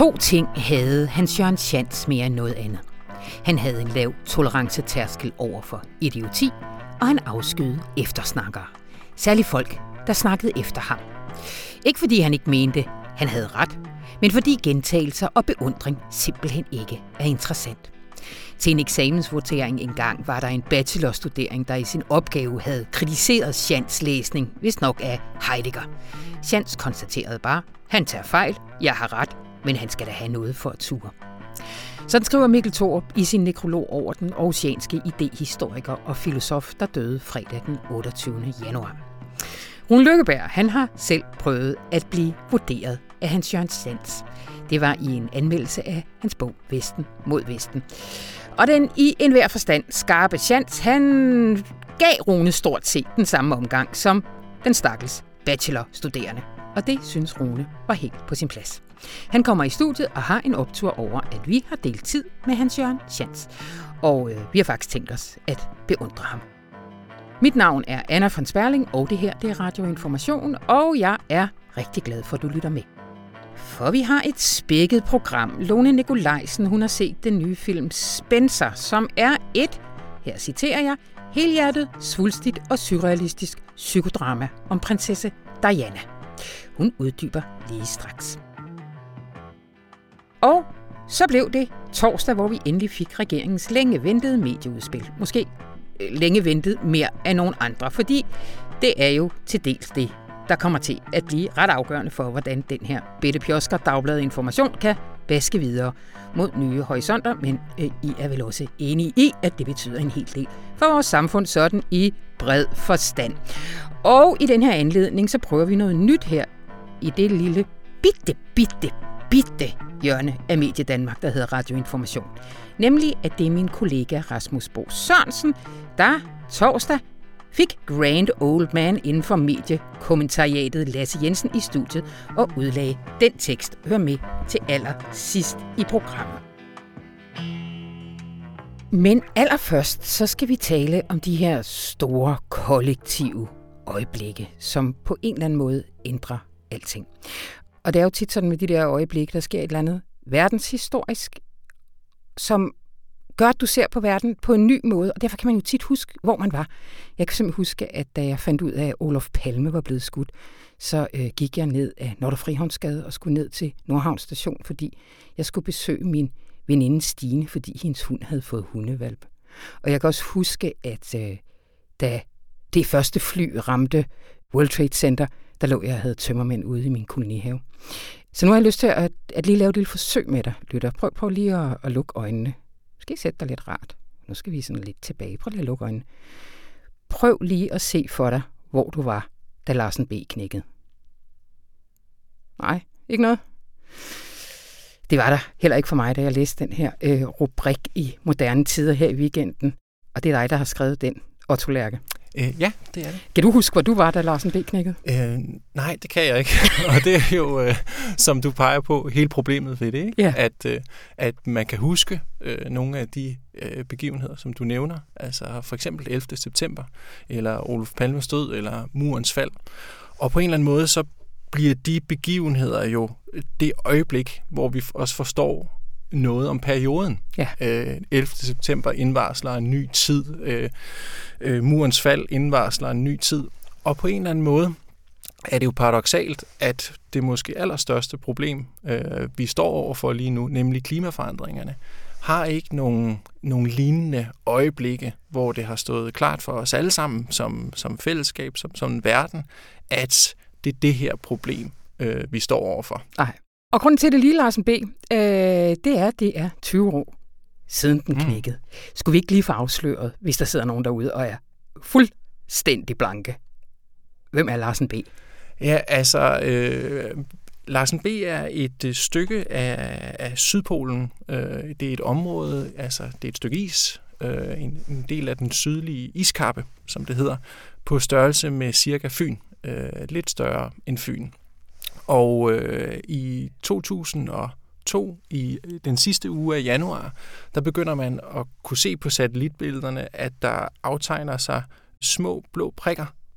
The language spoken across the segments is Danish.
To ting havde Hans Jørgen Schantz mere end noget andet. Han havde en lav tolerancetærskel over for idioti, og han afskydede eftersnakkere. Særligt folk, der snakkede efter ham. Ikke fordi han ikke mente, han havde ret, men fordi gentagelser og beundring simpelthen ikke er interessant. Til en eksamensvotering engang var der en bachelorstudering, der i sin opgave havde kritiseret Schantz' læsning, vist nok af Heidegger. Schantz konstaterede bare, han tager fejl, jeg har ret, men han skal da have noget for at ture. Sådan skriver Mikkel Thorup i sin nekrolog over den aarhusianske idehistoriker og filosof, der døde fredag den 28. januar. Rune Lykkeberg, han har selv prøvet at blive vurderet af Hans Jørgen Schantz. Det var i en anmeldelse af hans bog Vesten mod Vesten. Og den i enhver forstand skarpe Schantz, han gav Rune stort set den samme omgang som den stakkels bachelorstuderende. Og det synes Rune var helt på sin plads. Han kommer i studiet og har en optur over, at vi har delt tid med Hans Jørgen Schantz. Og vi har faktisk tænkt os at beundre ham. Mit navn er Anna von Sperling, og det her det er Radio Information, og jeg er rigtig glad for, at du lytter med. For vi har et spækket program. Lone Nikolajsen, hun har set den nye film Spencer, som er et, her citerer jeg, helhjertet, svulstigt og surrealistisk psykodrama om prinsesse Diana. Hun uddyber lige straks. Og så blev det torsdag, hvor vi endelig fik regeringens længe ventede medieudspil. Måske længe ventet mere af nogen andre, fordi det er jo til dels det, der kommer til at blive ret afgørende for, hvordan den her bitte pjosker Dagbladet Information kan baske videre mod nye horisonter, men I er vel også enige i, at det betyder en hel del for vores samfund sådan i bred forstand. Og i den her anledning, så prøver vi noget nyt her i det lille bitte hjørne af Medie Danmark, der hedder Radio Information. Nemlig, at det er min kollega Rasmus Bo Sørensen, der torsdag fik Grand Old Man inden for mediekommentariatet Lasse Jensen i studiet og udlagde den tekst. Hør med til allersidst i programmet. Men allerførst, så skal vi tale om de her store kollektive øjeblikke, som på en eller anden måde ændrer alting. Og det er jo tit sådan med de der øjeblikke, der sker et eller andet verdenshistorisk, som gør, at du ser på verden på en ny måde, og derfor kan man jo tit huske, hvor man var. Jeg kan simpelthen huske, at da jeg fandt ud af, at Olof Palme var blevet skudt, så gik jeg ned af Nordre Frihavnsgade og skulle ned til Nordhavn Station, fordi jeg skulle besøge min veninde Stine, fordi hendes hund havde fået hundevalp. Og jeg kan også huske, at da det første fly ramte World Trade Center, der lå jeg og havde tømmermænd ude i min kolonihave. Så nu har jeg lyst til at lige lave et lille forsøg med dig, lytter. Prøv lige at lukke øjnene. Skal I sætte dig lidt rart? Nu skal vi sådan lidt tilbage. Prøv lige at lukke øjnene. Prøv lige at se for dig, hvor du var, da Larsen B. knækkede. Nej, ikke noget? Det var der heller ikke for mig, da jeg læste den her rubrik i Moderne Tider her i weekenden. Og det er dig, der har skrevet den, Otto Lærke. Ja, det er det. Kan du huske, hvor du var, da Larsen B. knækkede? Nej, det kan jeg ikke. Og det er jo, som du peger på, hele problemet ved det, ikke? Ja. At man kan huske nogle af de begivenheder, som du nævner. Altså for eksempel 11. september, eller Olof Palmes død, eller Murens fald. Og på en eller anden måde, så bliver de begivenheder jo det øjeblik, hvor vi også forstår noget om perioden. Ja. 11. september indvarsler en ny tid. Murens fald indvarsler en ny tid. Og på en eller anden måde er det jo paradoksalt, at det måske allerstørste problem, vi står overfor lige nu, nemlig klimaforandringerne, har ikke nogen lignende øjeblikke, hvor det har stået klart for os alle sammen som fællesskab, som en verden, at det er det her problem, vi står overfor. Nej. Og grunden til det lige, Larsen B., det er 20 år siden den knækkede. Skulle vi ikke lige få afsløret, hvis der sidder nogen derude og er fuldstændig blanke? Hvem er Larsen B.? Ja, altså, Larsen B. er et stykke af Sydpolen. Det er et område, altså det er et stykke is, en del af den sydlige iskappe, som det hedder, på størrelse med cirka Fyn. Lidt større end Fyn. Og i 2002, i den sidste uge af januar, der begynder man at kunne se på satellitbillederne, at der aftegner sig små blå prikker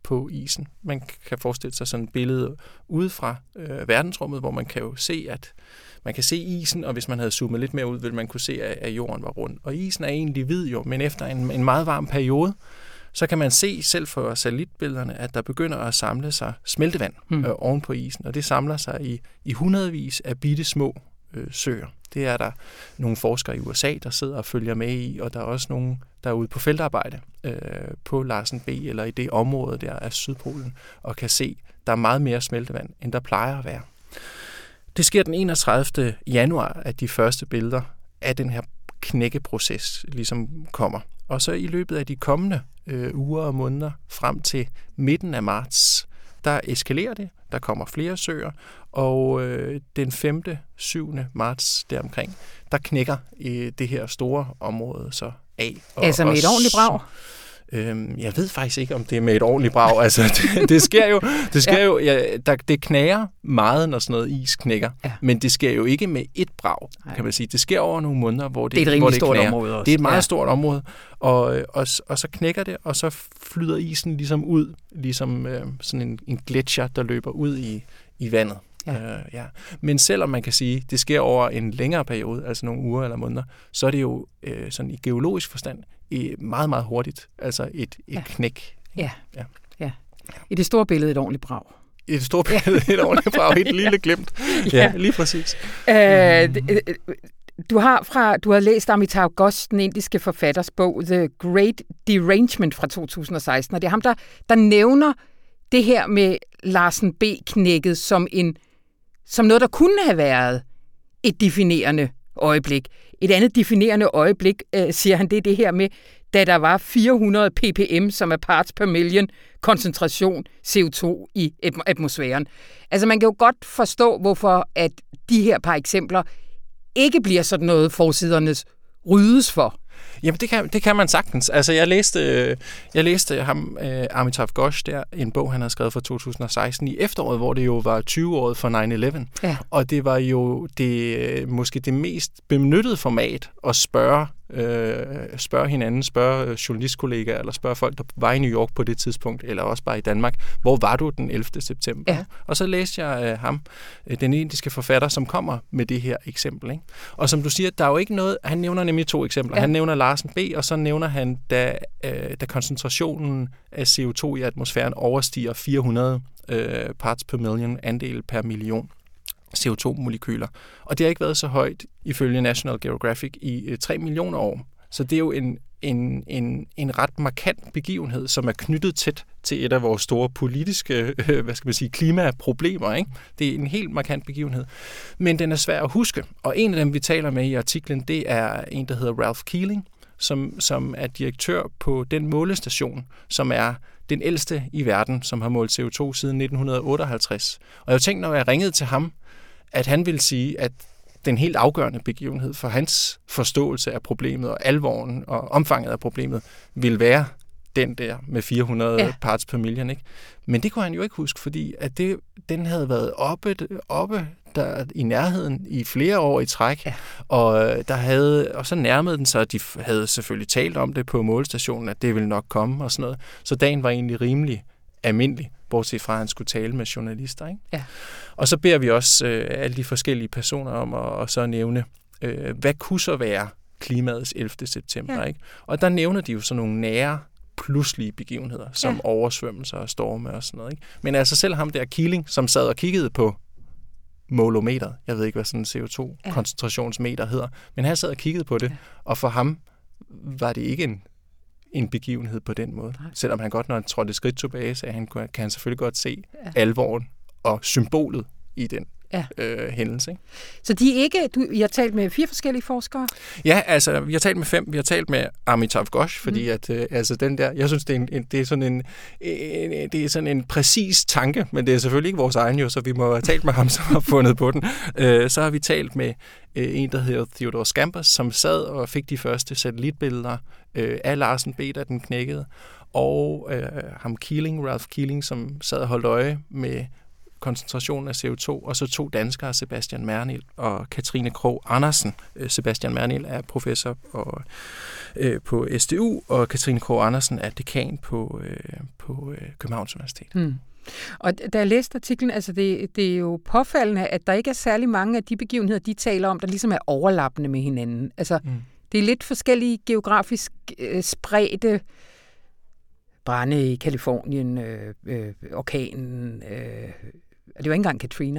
på isen. Man kan forestille sig sådan et billede ude fra verdensrummet, hvor man kan jo se, at man kan se isen, og hvis man havde zoomet lidt mere ud, ville man kunne se, at jorden var rund. Og isen er egentlig hvid jo, men efter en meget varm periode, så kan man se selv for satellitbillederne, at der begynder at samle sig smeltevand oven på isen, og det samler sig i hundredvis af bitte små søer. Det er der nogle forskere i USA, der sidder og følger med i, og der er også nogle, der er ude på feltarbejde på Larsen B, eller i det område der af Sydpolen, og kan se, der er meget mere smeltevand, end der plejer at være. Det sker den 31. januar, at de første billeder af den her knækkeproces ligesom kommer. Og så i løbet af de kommende uger og måneder frem til midten af marts, der eskalerer det, der kommer flere søer, og den 5. 7. marts deromkring, der knækker det her store område så af. Altså med et ordentligt brag? Jeg ved faktisk ikke, om det er med et ordentligt brag. Altså, det sker jo, det knager meget, når sådan noget is knækker, men det sker jo ikke med et brag, kan man sige. Det sker over nogle måneder, hvor det, det er et rimelig stort område også. Det er et meget stort område, og så knækker det, og så flyder isen ligesom ud, ligesom sådan en gletsjer, der løber ud i vandet. Ja. Men selvom man kan sige, det sker over en længere periode, altså nogle uger eller måneder, så er det jo sådan i geologisk forstand meget, meget hurtigt. Altså et knæk. Ja. I det store billede et ordentligt brag. I det store billede et ordentligt brag. Et lille glimt. Ja, lige præcis. Du har læst Amitav Ghosh, den indiske forfatters bog The Great Derangement fra 2016, og det er ham, der nævner det her med Larsen B-knækket som noget, der kunne have været et definerende øjeblik. Et andet definerende øjeblik, siger han, det er det her med, da der var 400 ppm, som er parts per million, koncentration CO2 i atmosfæren. Altså man kan jo godt forstå, hvorfor at de her par eksempler ikke bliver sådan noget, forsidernes ryddes for. Jamen, det kan man sagtens. Altså, jeg læste ham, Amitav Ghosh, der, en bog, han havde skrevet fra 2016 i efteråret, hvor det jo var 20-året for 9/11. Ja. Og det var jo måske det mest benyttede format at spørge hinanden, spørge journalistkollegaer, eller spørge folk, der var i New York på det tidspunkt, eller også bare i Danmark. Hvor var du den 11. september? Ja. Og så læste jeg ham, den indiske forfatter, som kommer med det her eksempel. Ikke? Og som du siger, der er jo ikke noget, han nævner nemlig 2 eksempler. Ja. Han nævner Larsen B, og så nævner han, da koncentrationen af CO2 i atmosfæren overstiger 400 parts per million, andel per million CO2-molekyler. Og det har ikke været så højt ifølge National Geographic i 3 millioner år. Så det er jo en ret markant begivenhed, som er knyttet tæt til et af vores store politiske, klimaproblemer. Ikke? Det er en helt markant begivenhed. Men den er svær at huske. Og en af dem, vi taler med i artiklen, det er en, der hedder Ralph Keeling, som er direktør på den målestation, som er den ældste i verden, som har målt CO2 siden 1958. Og jeg tænkte, når jeg ringede til ham, at han ville sige, at den helt afgørende begivenhed for hans forståelse af problemet og alvoren og omfanget af problemet vil være den der med 400 parts per million. Ikke? Men det kunne han jo ikke huske, fordi at den havde været oppe der i nærheden i flere år i træk, og så nærmede den sig, og de havde selvfølgelig talt om det på målestationen, at det ville nok komme og sådan noget. Så dagen var egentlig rimelig almindelig, bortset fra, at han skulle tale med journalister. Ikke? Ja. Og så beder vi også alle de forskellige personer om at så nævne, hvad kunne så være klimaets 11. september. Ikke? Og der nævner de jo sådan nogle nære, pludselige begivenheder, som oversvømmelser og storme og sådan noget. Ikke? Men altså selv ham der Keeling, som sad og kiggede på molometeret, jeg ved ikke, hvad sådan en CO2-koncentrationsmeter hedder, men han sad og kiggede på det, og for ham var det ikke en begivenhed på den måde. Nej. Selvom han godt, når han trådte et skridt tilbage, så kan han selvfølgelig godt se alvoren og symbolet i den hændelse. Ikke? Så de er ikke... I har talt med 4 forskellige forskere? Ja, altså, vi har talt med 5. Vi har talt med Amitav Ghosh, fordi at den der... Jeg synes, det er sådan en præcis tanke, men det er selvfølgelig ikke vores egen jo, så vi må have talt med ham, som har fundet på den. Så har vi talt med en, der hedder Theodore Scampers, som sad og fik de første satellitbilleder af Larsen B, da den knækkede, og ham Ralph Keeling, som sad og holdt øje med koncentrationen af CO2, og så 2 danskere, Sebastian Mernild og Katrine Krogh Andersen. Sebastian Mernild er professor på SDU, og Katrine Krogh Andersen er dekan på Københavns Universitet. Og da jeg læste artiklen, altså det er jo påfaldende, at der ikke er særlig mange af de begivenheder, de taler om, der ligesom er overlappende med hinanden. Altså, det er lidt forskellige geografisk spredte brande i Kalifornien, orkanen, og det var ikke engang Katrina.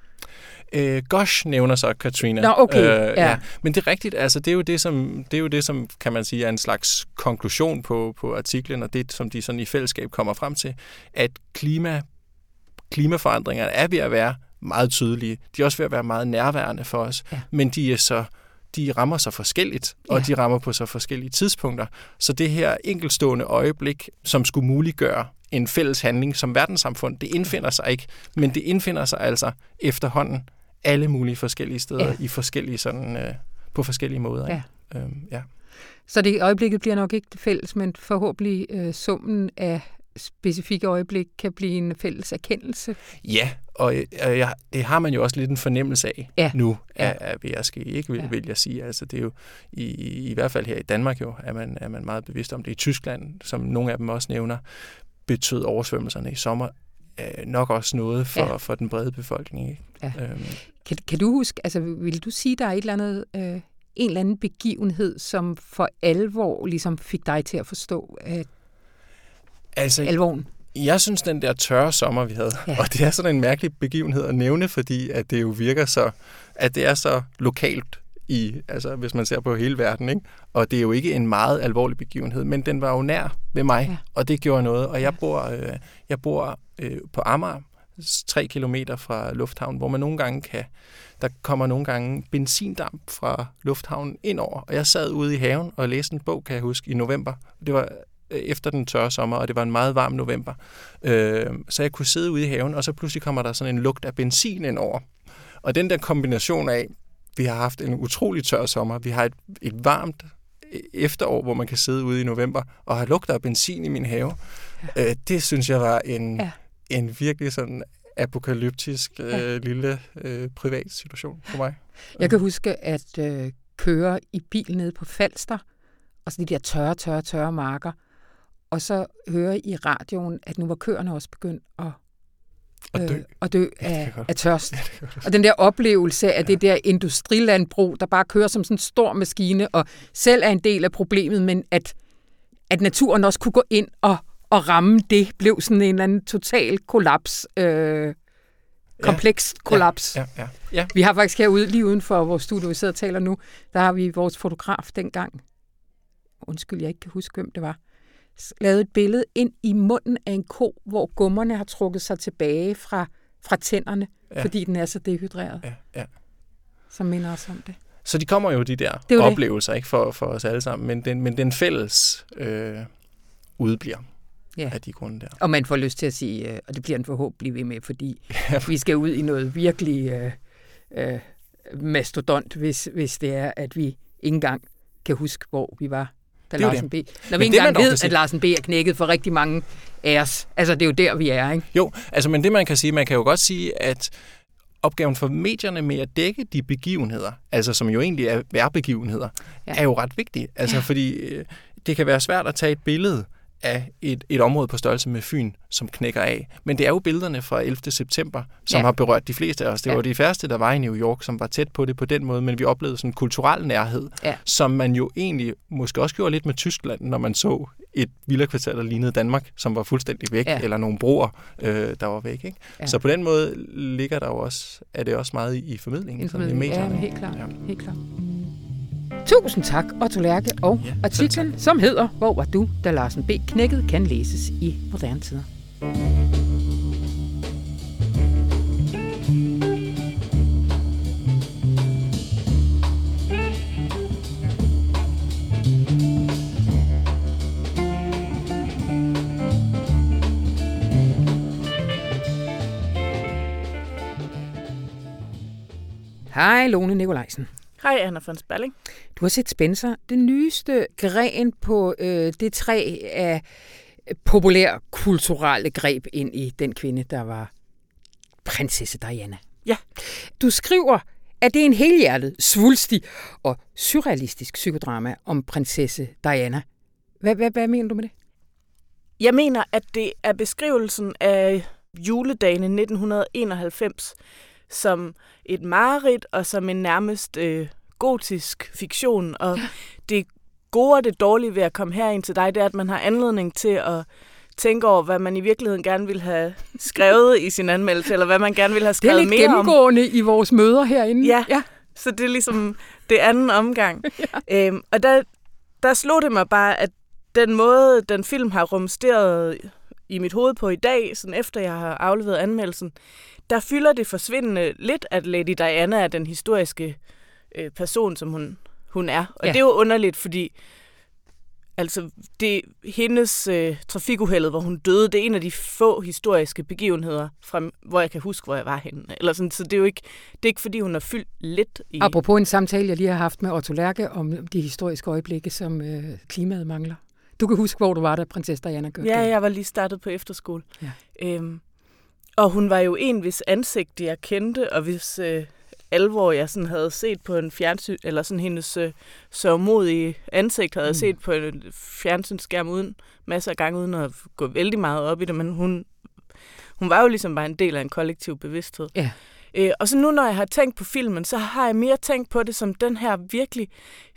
Gosh nævner så Katrina. Nå, okay. Ja. Men det er rigtigt, altså det er jo det, som kan man sige er en slags konklusion på artiklen, og det, som de sådan i fællesskab kommer frem til, at klimaforandringerne er ved at være meget tydelige. De er også ved at være meget nærværende for os, men de rammer så forskelligt, og de rammer på så forskellige tidspunkter. Så det her enkeltstående øjeblik, som skulle muliggøre en fælles handling som verdenssamfund, det indfinder sig ikke, men det indfinder sig altså efterhånden alle mulige forskellige steder i forskellige sådan, på forskellige måder. Ja. Så det øjeblikket bliver nok ikke fælles, men forhåbentlig summen af specifikke øjeblik kan blive en fælles erkendelse. Ja, og det har man jo også lidt en fornemmelse af nu, vil jeg ske, ikke vil jeg sige. Altså det er jo i hvert fald her i Danmark jo, er man meget bevidst om det. I Tyskland, som nogle af dem også nævner, betød oversvømmelserne i sommer nok også noget for den brede befolkning. Ikke? Ja. Kan du huske, altså vil du sige, der er en eller anden begivenhed, som for alvor ligesom fik dig til at forstå alvoren? Jeg synes, den der tørre sommer, vi havde, og det er sådan en mærkelig begivenhed at nævne, fordi at det jo virker så, at det er så lokalt altså hvis man ser på hele verden, ikke? Og det er jo ikke en meget alvorlig begivenhed, men den var jo nær ved mig, og det gjorde noget. Og jeg bor på Amager, 3 kilometer fra lufthavnen, hvor man der kommer nogle gange benzindamp fra lufthavnen indover. Og jeg sad ude i haven og læste en bog, kan jeg huske, i november. Det var efter den tørre sommer, og det var en meget varm november. Så jeg kunne sidde ude i haven, og så pludselig kommer der sådan en lugt af benzin indover. Og den der kombination af, vi har haft en utrolig tør sommer, vi har et varmt efterår, hvor man kan sidde ude i november, og have lugter af benzin i min have. Det synes jeg var en virkelig sådan apokalyptisk lille privat situation for mig. Jeg kan huske at køre i bil nede på Falster, og så de der tørre marker, og så høre i radioen, at nu var køerne også begyndt at dø af tørst. Og den der oplevelse af det der industrilandbrug, der bare kører som sådan en stor maskine, og selv er en del af problemet, men at naturen også kunne gå ind og ramme det, blev sådan en eller anden total kollaps. Komplekst kollaps. Ja. Vi har faktisk herude, lige uden for vores studie, vi sidder og taler nu, der har vi vores fotograf dengang, undskyld, jeg ikke kan huske, hvem det var, lavet et billede ind i munden af en ko, hvor gummerne har trukket sig tilbage fra tænderne, fordi den er så dehydreret. Ja. Så minder os om det. Så de kommer jo, de der oplevelser, ikke for os alle sammen, men den fælles udbliver af de grunde der. Og man får lyst til at sige, og det bliver den forhåbentlig ved med, fordi vi skal ud i noget virkelig mastodont, hvis det er, at vi ikke engang kan huske, hvor vi var, da Larsen B. Når vi ikke engang ved, at Larsen B. er knækket for rigtig mange af os. Altså, det er jo der, vi er, ikke? Jo, altså, men det man kan jo godt sige, at opgaven for medierne med at dække de begivenheder, altså som jo egentlig er vejrbegivenheder, er jo ret vigtig. Altså, fordi det kan være svært at tage et billede af et område på størrelse med Fyn, som knækker af. Men det er jo billederne fra 11. september, som har berørt de fleste af os. Det var de første, der var i New York, som var tæt på det på den måde, men vi oplevede sådan en kulturel nærhed, som man jo egentlig måske også gjorde lidt med Tyskland, når man så et villakvarter, der lignede Danmark, som var fuldstændig væk, eller nogle broer, der var væk. Ikke? Ja. Så på den måde ligger der jo også, er det også meget i formidlingen, i medierne. Ja, helt klart. Helt klart. Tusind tak, Otto Lerche, og artiklen, som hedder Hvor var du, da Larsen B. knækkede, kan læses i Moderne Tider. Hej, Lone Nikolajsen. Hej, Anna von Sperling. Du har set Spencer, den nyeste gren på det træ af populærkulturelle greb ind i den kvinde, der var prinsesse Diana. Ja. Du skriver, at det er en helhjertet, svulstig og surrealistisk psykodrama om prinsesse Diana. Hvad mener du med det? Jeg mener, at det er beskrivelsen af juledagen 1991 som et mareridt og som en nærmest gotisk fiktion. Og det gode og det dårlige ved at komme herind til dig, det er, at man har anledning til at tænke over, hvad man i virkeligheden gerne vil have skrevet i sin anmeldelse, eller hvad man gerne vil have skrevet mere om. Det er lidt gennemgående i vores møder herinde. Ja, så det er ligesom det anden omgang. Ja. Og der slog det mig bare, at den måde, den film har rumsteret i mit hoved på i dag, sådan efter jeg har afleveret anmeldelsen, der fylder det forsvindende lidt, at Lady Diana er den historiske person, som hun er. Og det er jo underligt, fordi altså, det hendes trafikuheldet, hvor hun døde, det er en af de få historiske begivenheder, hvor jeg kan huske, hvor jeg var henne. Eller sådan, så det er jo ikke, fordi hun har fyldt lidt i... Apropos en samtale, jeg lige har haft med Otto Lerche om de historiske øjeblikke, som klimaet mangler. Du kan huske, hvor du var, da prinsesse Diana gjorde det. Ja, jeg var lige startet på efterskole. Ja. Og hun var jo en, hvis ansigt jeg kendte, og hvis alvor jeg sådan havde set på en fjernsyn, eller sådan hendes sørgmodige ansigt havde jeg set på en fjernsynsskærm uden masser af gange, uden at gå vældig meget op i det, men hun var jo ligesom bare en del af en kollektiv bevidsthed. Ja. Og så nu, når jeg har tænkt på filmen, så har jeg mere tænkt på det som den her virkelig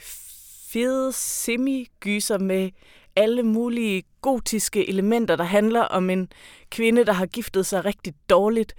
fede semi-gyser med alle mulige gotiske elementer, der handler om en kvinde, der har giftet sig rigtig dårligt,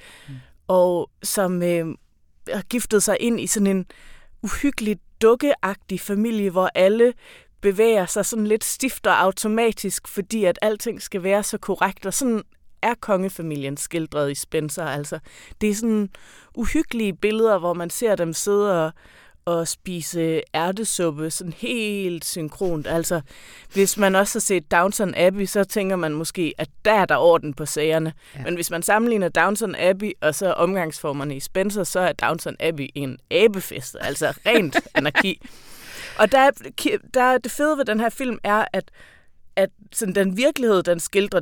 og som har giftet sig ind i sådan en uhyggelig dukkeagtig familie, hvor alle bevæger sig sådan lidt stift og automatisk, fordi at alting skal være så korrekt, og sådan er kongefamilien skildret i Spencer. Altså, det er sådan uhyggelige billeder, hvor man ser dem sidde og spise ærtesuppe sådan helt synkront. Altså, hvis man også har set Downton Abbey, så tænker man måske, at der er der orden på sagerne. Ja. Men hvis man sammenligner Downton Abbey og så omgangsformerne i Spencer, så er Downton Abbey en abefest. Altså rent anarki. Og der er det fede ved den her film er, at sådan den virkelighed, den skildrer,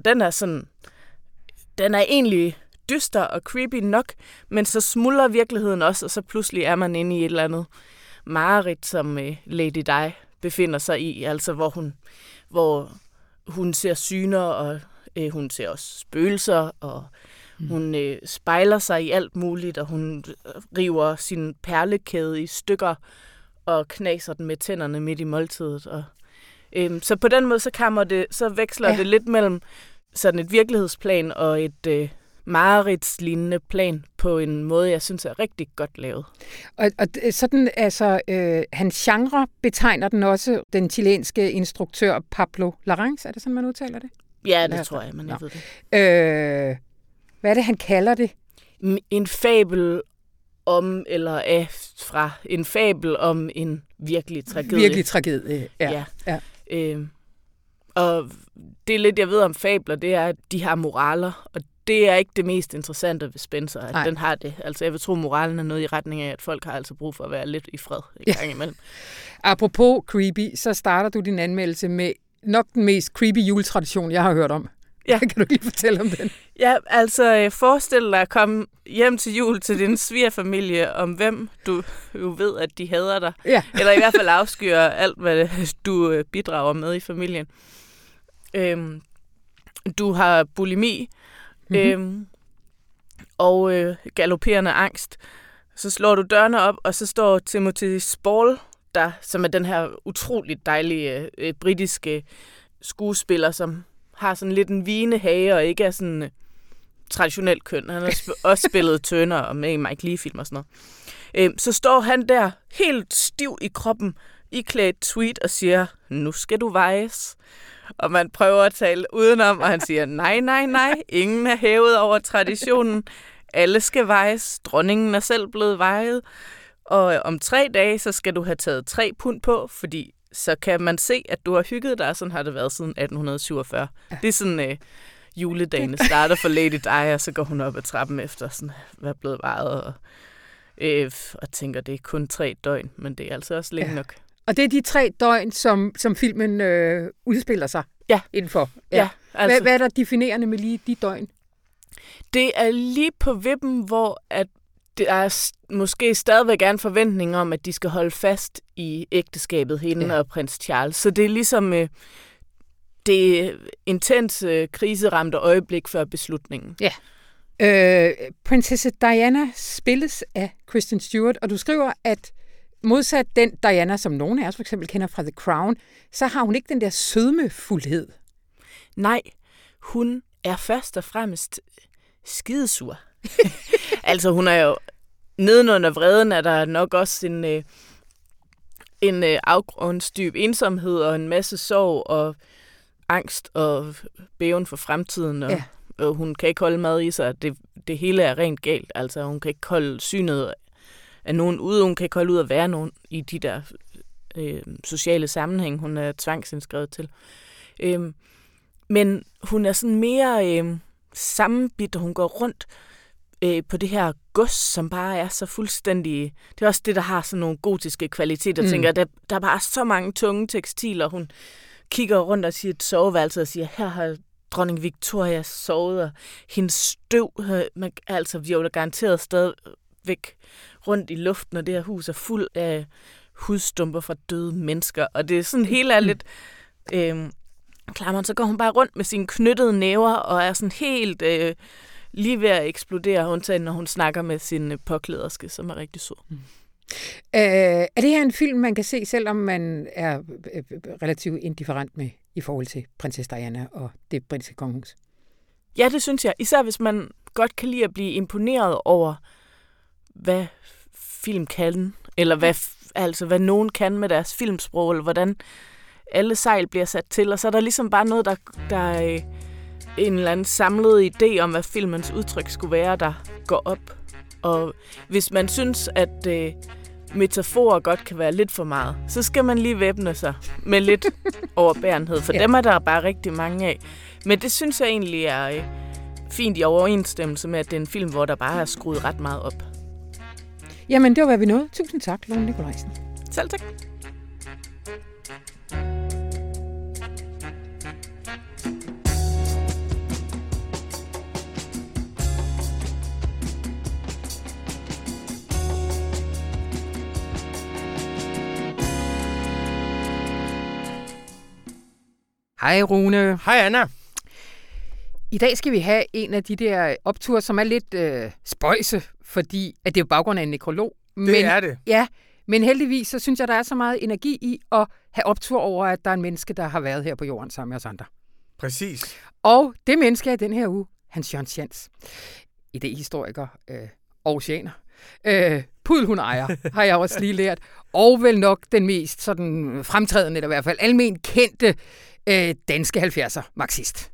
den er egentlig dyster og creepy nok, men så smuldrer virkeligheden også, og så pludselig er man inde i et eller andet mareridt, som Lady Di befinder sig i, altså hvor hun ser syner, og hun ser også spøgelser, og hun spejler sig i alt muligt, og hun river sin perlekæde i stykker og knaser den med tænderne midt i måltidet. Og, så på den måde så veksler det lidt mellem sådan et virkelighedsplan og et mareridtslignende plan på en måde, jeg synes er rigtig godt lavet. Og sådan, altså, hans genre betegner den også den chilenske instruktør Pablo Larraín. Er det sådan, man udtaler det? Ja, det tror jeg, man ved det. Hvad er det, han kalder det? En fabel om, eller fra en fabel om en virkelig tragedie. Virkelig tragedie, ja. Og det er lidt, jeg ved om fabler, det er, at de har moraler, og det er ikke det mest interessante ved Spencer, at den har det. Altså, jeg vil tro, moralen er noget i retning af, at folk har altså brug for at være lidt i fred en gang imellem. Apropos creepy, så starter du din anmeldelse med nok den mest creepy juletradition, jeg har hørt om. Ja. Kan du lige fortælle om den? Ja, altså forestil dig at komme hjem til jul til din svigerfamilie, om hvem du jo ved, at de hader dig. Ja. Eller i hvert fald afskyer alt, hvad du bidrager med i familien. Du har bulimi, og galopperende angst. Så slår du dørene op, og så står Timothy Spall, der, som er den her utroligt dejlige britiske skuespiller, som har sådan lidt en vigende hage, og ikke er sådan traditionelt køn. Han har også spillet Turner og med i Mike Leigh-film og sådan noget. Så står han der helt stiv i kroppen, iklædt tweed og siger, nu skal du vejes. Og man prøver at tale udenom, og han siger, nej, ingen er hævet over traditionen. Alle skal vejes. Dronningen er selv blevet vejet. Og om 3 dage, så skal du have taget 3 pund på, fordi så kan man se, at du har hygget dig. Sådan har det været siden 1847. Ja. Det er sådan, juledagene starter for Lady Di, og så går hun op ad trappen efter sådan, hvad er blevet vejet. Og tænker, det er kun 3 døgn, men det er altså også længe nok. Og det er de 3 døgn, som filmen udspiller sig indenfor. Ja, altså. Hvad er der definerende med lige de døgn? Det er lige på vippen, hvor at det er måske stadigvæk en forventning om, at de skal holde fast i ægteskabet, hende og prins Charles. Så det er ligesom det intense, kriseramte øjeblik før beslutningen. Ja. Prinsesse Diana spilles af Kristen Stewart, og du skriver, at modsat den Diana, som nogen af os for eksempel kender fra The Crown, så har hun ikke den der sødmefuldhed. Nej, hun er først og fremmest skidesur. Altså, hun er jo nedenunder vreden, er der nok også en afgrundsdyb ensomhed og en masse sorg og angst og bæven for fremtiden. Og hun kan ikke holde mad i sig. Det hele er rent galt. Altså, hun kan ikke holde synet af nogen ude. Hun kan ikke holde ud at være nogen i de der sociale sammenhæng, hun er tvangsindskrevet til. Men hun er sådan mere sammenbidt, og hun går rundt på det her gods, som bare er så fuldstændig... Det er også det, der har sådan nogle gotiske kvaliteter. Jeg tænker, der er bare så mange tunge tekstiler. Hun kigger rundt og siger et soveværelse og siger, her har dronning Victoria sovet, og hendes støv, altså vi er jo garanteret stadigvæk rundt i luften, og det her hus er fuld af hudstumper fra døde mennesker, og det er sådan helt ærligt... så går hun bare rundt med sine knyttede næver, og er sådan helt lige ved at eksplodere, undtagen når hun snakker med sin påklæderske, som er rigtig sød. Er det her en film, man kan se, selvom man er relativt indifferent med i forhold til prinsesse Diana og det britiske kongehus? Ja, det synes jeg. Især hvis man godt kan lide at blive imponeret over, hvad film kan, eller hvad nogen kan med deres filmsprog, eller hvordan alle sejl bliver sat til, og så er der ligesom bare noget, der er en eller anden samlet idé om, hvad filmens udtryk skulle være, der går op. Og hvis man synes, at metaforer godt kan være lidt for meget, så skal man lige væbne sig med lidt overbærenhed, for dem er der bare rigtig mange af. Men det synes jeg egentlig er fint i overensstemmelse med, at det er en film, hvor der bare er skruet ret meget op. Jamen, det var, hvad vi nåede. Tusind tak, Lone Nikolajsen. Selv tak. Hej Rune. Hej Anna. I dag skal vi have en af de der opture, som er lidt spøjse, fordi at det er jo baggrund af en nekrolog. Det er det. Ja, men heldigvis så synes jeg, der er så meget energi i at have optur over, at der er en menneske, der har været her på jorden sammen med os andre. Præcis. Og det menneske er den her uge, Hans Jørgen Tjans. Idehistoriker og oceaner. Pudelhundeejer, har jeg også lige lært. Og vel nok den mest sådan fremtrædende, eller i hvert fald almen kendte danske 70'er marxist.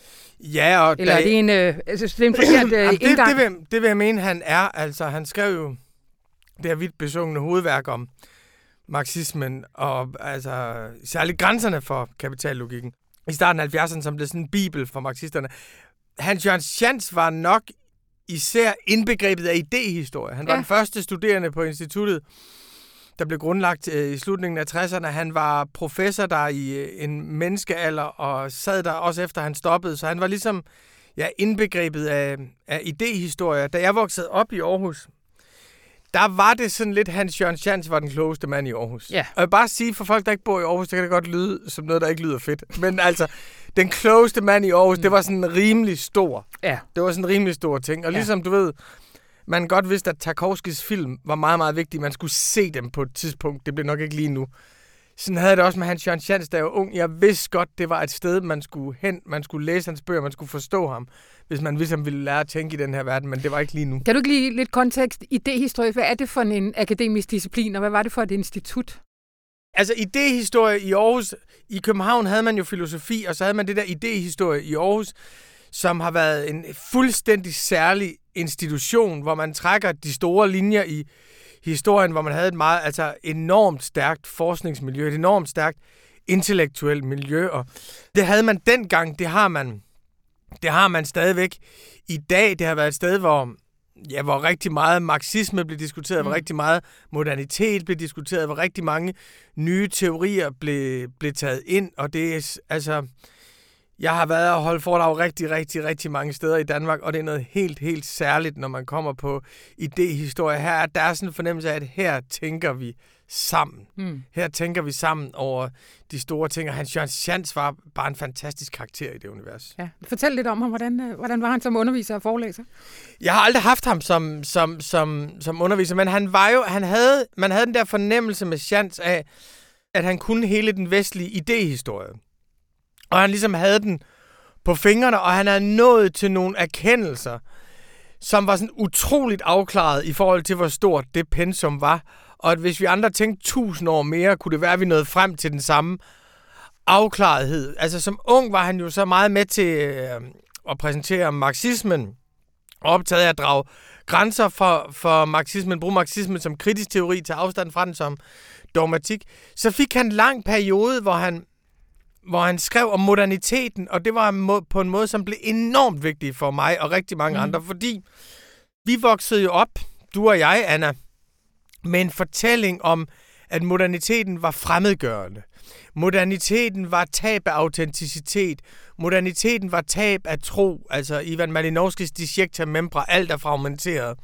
Ja, og eller det er en forkert indgang. Det vil jeg mene, han er. Altså, han skrev jo det her vidt besungne hovedværk om marxismen, og altså særligt grænserne for kapitallogikken. I starten af 70'erne, som blev sådan en bibel for marxisterne. Hans Jørgen Tjans var nok især indbegrebet af idéhistorie. Han var den første studerende på instituttet, der blev grundlagt i slutningen af 60'erne. Han var professor der i en menneskealder, og sad der også efter han stoppede. Så han var ligesom indbegrebet af idéhistorie. Da jeg voksede op i Aarhus, der var det sådan lidt, Hans Jørgen Tjans var den klogeste mand i Aarhus. Ja. Og jeg vil bare sige, for folk, der ikke bor i Aarhus, det kan det godt lyde som noget, der ikke lyder fedt. Men altså, den klogeste mand i Aarhus, det var sådan rimelig stor. Ja. Det var sådan en rimelig stor ting. Og ligesom du ved, man godt vidste, at Tarkovskis film var meget, meget vigtig. Man skulle se dem på et tidspunkt. Det blev nok ikke lige nu. Sådan havde det også med Hans Jørgen Tjans, da jeg var ung. Jeg vidste godt, det var et sted, man skulle hen. Man skulle læse hans bøger, man skulle forstå ham, hvis man ligesom ville lære at tænke i den her verden. Men det var ikke lige nu. Kan du ikke lige lidt kontekst? Idéhistorie, hvad er det for en akademisk disciplin, og hvad var det for et institut? Altså idéhistorie i Aarhus. I København havde man jo filosofi, og så havde man det der idéhistorie i Aarhus, som har været en fuldstændig særlig institution, hvor man trækker de store linjer i historien, hvor man havde et meget, enormt stærkt forskningsmiljø, et enormt stærkt intellektuelt miljø, og det havde man dengang, det har man stadigvæk i dag. Det har været et sted, hvor rigtig meget marxisme blev diskuteret, hvor rigtig meget modernitet blev diskuteret, hvor rigtig mange nye teorier blev taget ind, og det er Jeg har været og holdt foredrag rigtig mange steder i Danmark, og det er noget helt særligt, når man kommer på idéhistorie. Der er sådan en fornemmelse af, at her tænker vi sammen. Her tænker vi sammen over de store ting, og Hans Jørgen Schantz var bare en fantastisk karakter i det univers. Ja. Fortæl lidt om ham. Hvordan var han som underviser og forelæser? Jeg har aldrig haft ham som underviser, men man havde den der fornemmelse med Schantz af, at han kunne hele den vestlige idéhistorie. Og han ligesom havde den på fingrene, og han havde nået til nogle erkendelser, som var sådan utroligt afklaret i forhold til, hvor stort det pensum var. Og at hvis vi andre tænkte 1000 år mere, kunne det være, at vi nåede frem til den samme afklarethed. Altså som ung var han jo så meget med til at præsentere marxismen, og optaget af at drage grænser for marxismen, bruge marxismen som kritisk teori, til afstand fra den som dogmatik. Så fik han en lang periode, hvor han skrev om moderniteten, og det var på en måde, som blev enormt vigtig for mig og rigtig mange andre, fordi vi voksede jo op, du og jeg, Anna, med en fortælling om, at moderniteten var fremmedgørende. Moderniteten var tab af autenticitet. Moderniteten var tab af tro. Altså Ivan Malinovskis Disjekta Membra, alt er fragmenteret.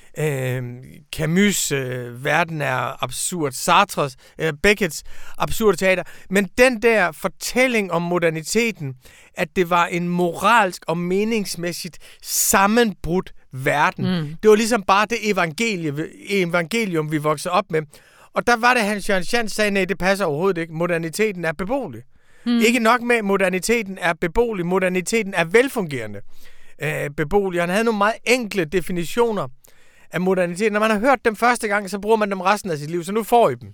Camus' verden er absurd. Sartres, Beckets absurde teater. Men den der fortælling om moderniteten, at det var en moralsk og meningsmæssigt sammenbrudt verden. Det var ligesom bare det evangelium, vi voksede op med. Og der var det, Hans Jørgen Schantz sagde, nej, det passer overhovedet ikke. Moderniteten er beboelig. Ikke nok med, moderniteten er beboelig. Moderniteten er velfungerende beboelig. Han havde nogle meget enkle definitioner af moderniteten. Når man har hørt dem første gang, så bruger man dem resten af sit liv, så nu får I dem.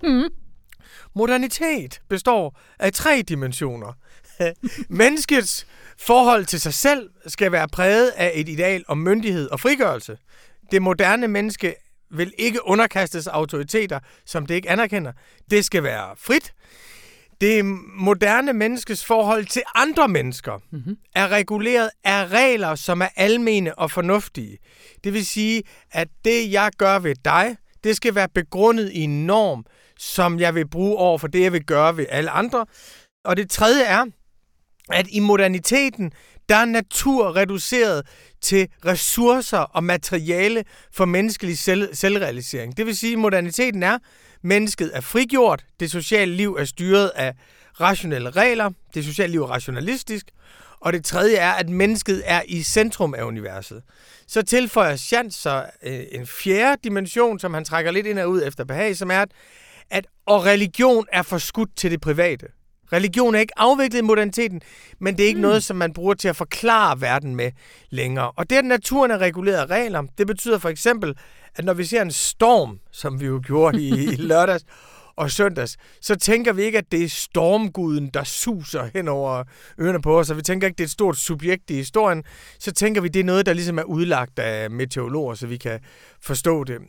Modernitet består af 3 dimensioner. Menneskets forhold til sig selv skal være præget af et ideal om myndighed og frigørelse. Det moderne menneske vil ikke underkastes autoriteter, som det ikke anerkender. Det skal være frit. Det moderne menneskes forhold til andre mennesker er reguleret af regler, som er almene og fornuftige. Det vil sige, at det, jeg gør ved dig, det skal være begrundet i en norm, som jeg vil bruge over for det, jeg vil gøre ved alle andre. Og det tredje er, at i moderniteten, der er natur reduceret til ressourcer og materiale for menneskelig selvrealisering. Det vil sige, at moderniteten er, mennesket er frigjort, det sociale liv er styret af rationelle regler, det sociale liv er rationalistisk, og det tredje er, at mennesket er i centrum af universet. Så tilføjer Schantz så en fjerde dimension, som han trækker lidt ind og ud efter behag, som er, at religion er forskudt til det private. Religion er ikke afviklet i moderniteten, men det er ikke noget, som man bruger til at forklare verden med længere. Og det, at naturen er reguleret af regler, det betyder for eksempel, at når vi ser en storm, som vi jo gjorde i lørdags og søndags, så tænker vi ikke, at det er stormguden, der suser hen over ørerne på os, og vi tænker ikke, det er et stort subjekt i historien. Så tænker vi, det er noget, der ligesom er udlagt af meteorologer, så vi kan forstå det.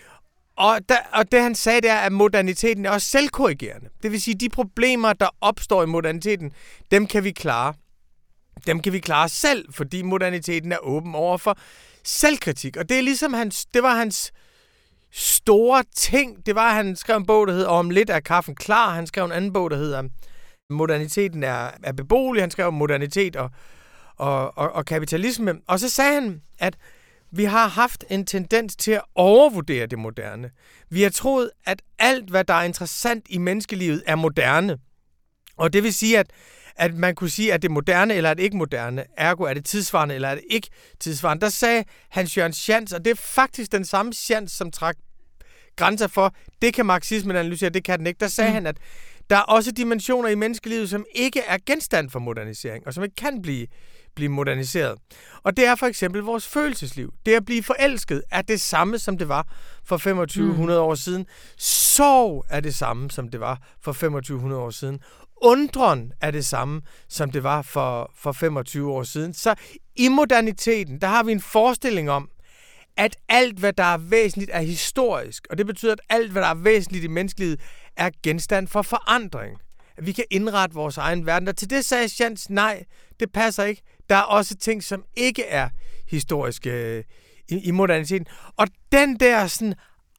Og det han sagde, det er, at moderniteten er også selvkorrigerende. Det vil sige, de problemer, der opstår i moderniteten, dem kan vi klare. Dem kan vi klare selv, fordi moderniteten er åben over for selvkritik. Og det er ligesom det var hans store ting. Det var, han skrev en bog, der hedder Om lidt er kaffen klar. Han skrev en anden bog, der hedder Moderniteten er beboelig. Han skrev modernitet og kapitalisme. Og så sagde han, at vi har haft en tendens til at overvurdere det moderne. Vi har troet, at alt, hvad der er interessant i menneskelivet, er moderne. Og det vil sige, at man kunne sige, at det er moderne eller er det ikke moderne. Ergo er det tidsvarende eller er det ikke tidsvarende. Der sagde Hans Jørgen Schantz, og det er faktisk den samme Schantz, som trak grænser for, det kan marxismen analysere, det kan den ikke. Der sagde han, at der er også dimensioner i menneskelivet, som ikke er genstand for modernisering, og som ikke kan blive moderniseret. Og det er for eksempel vores følelsesliv. Det at blive forelsket er det samme, som det var for 2500 år siden. Sorg er det samme, som det var for 2500 år siden. Undren er det samme, som det var for 25 år siden. Så i moderniteten, der har vi en forestilling om, at alt, hvad der er væsentligt, er historisk. Og det betyder, at alt, hvad der er væsentligt i menneskelivet, er genstand for forandring. At vi kan indrette vores egen verden. Og til det sagde Schantz, nej, det passer ikke. Der er også ting, som ikke er historiske i moderniteten. Og den der sådan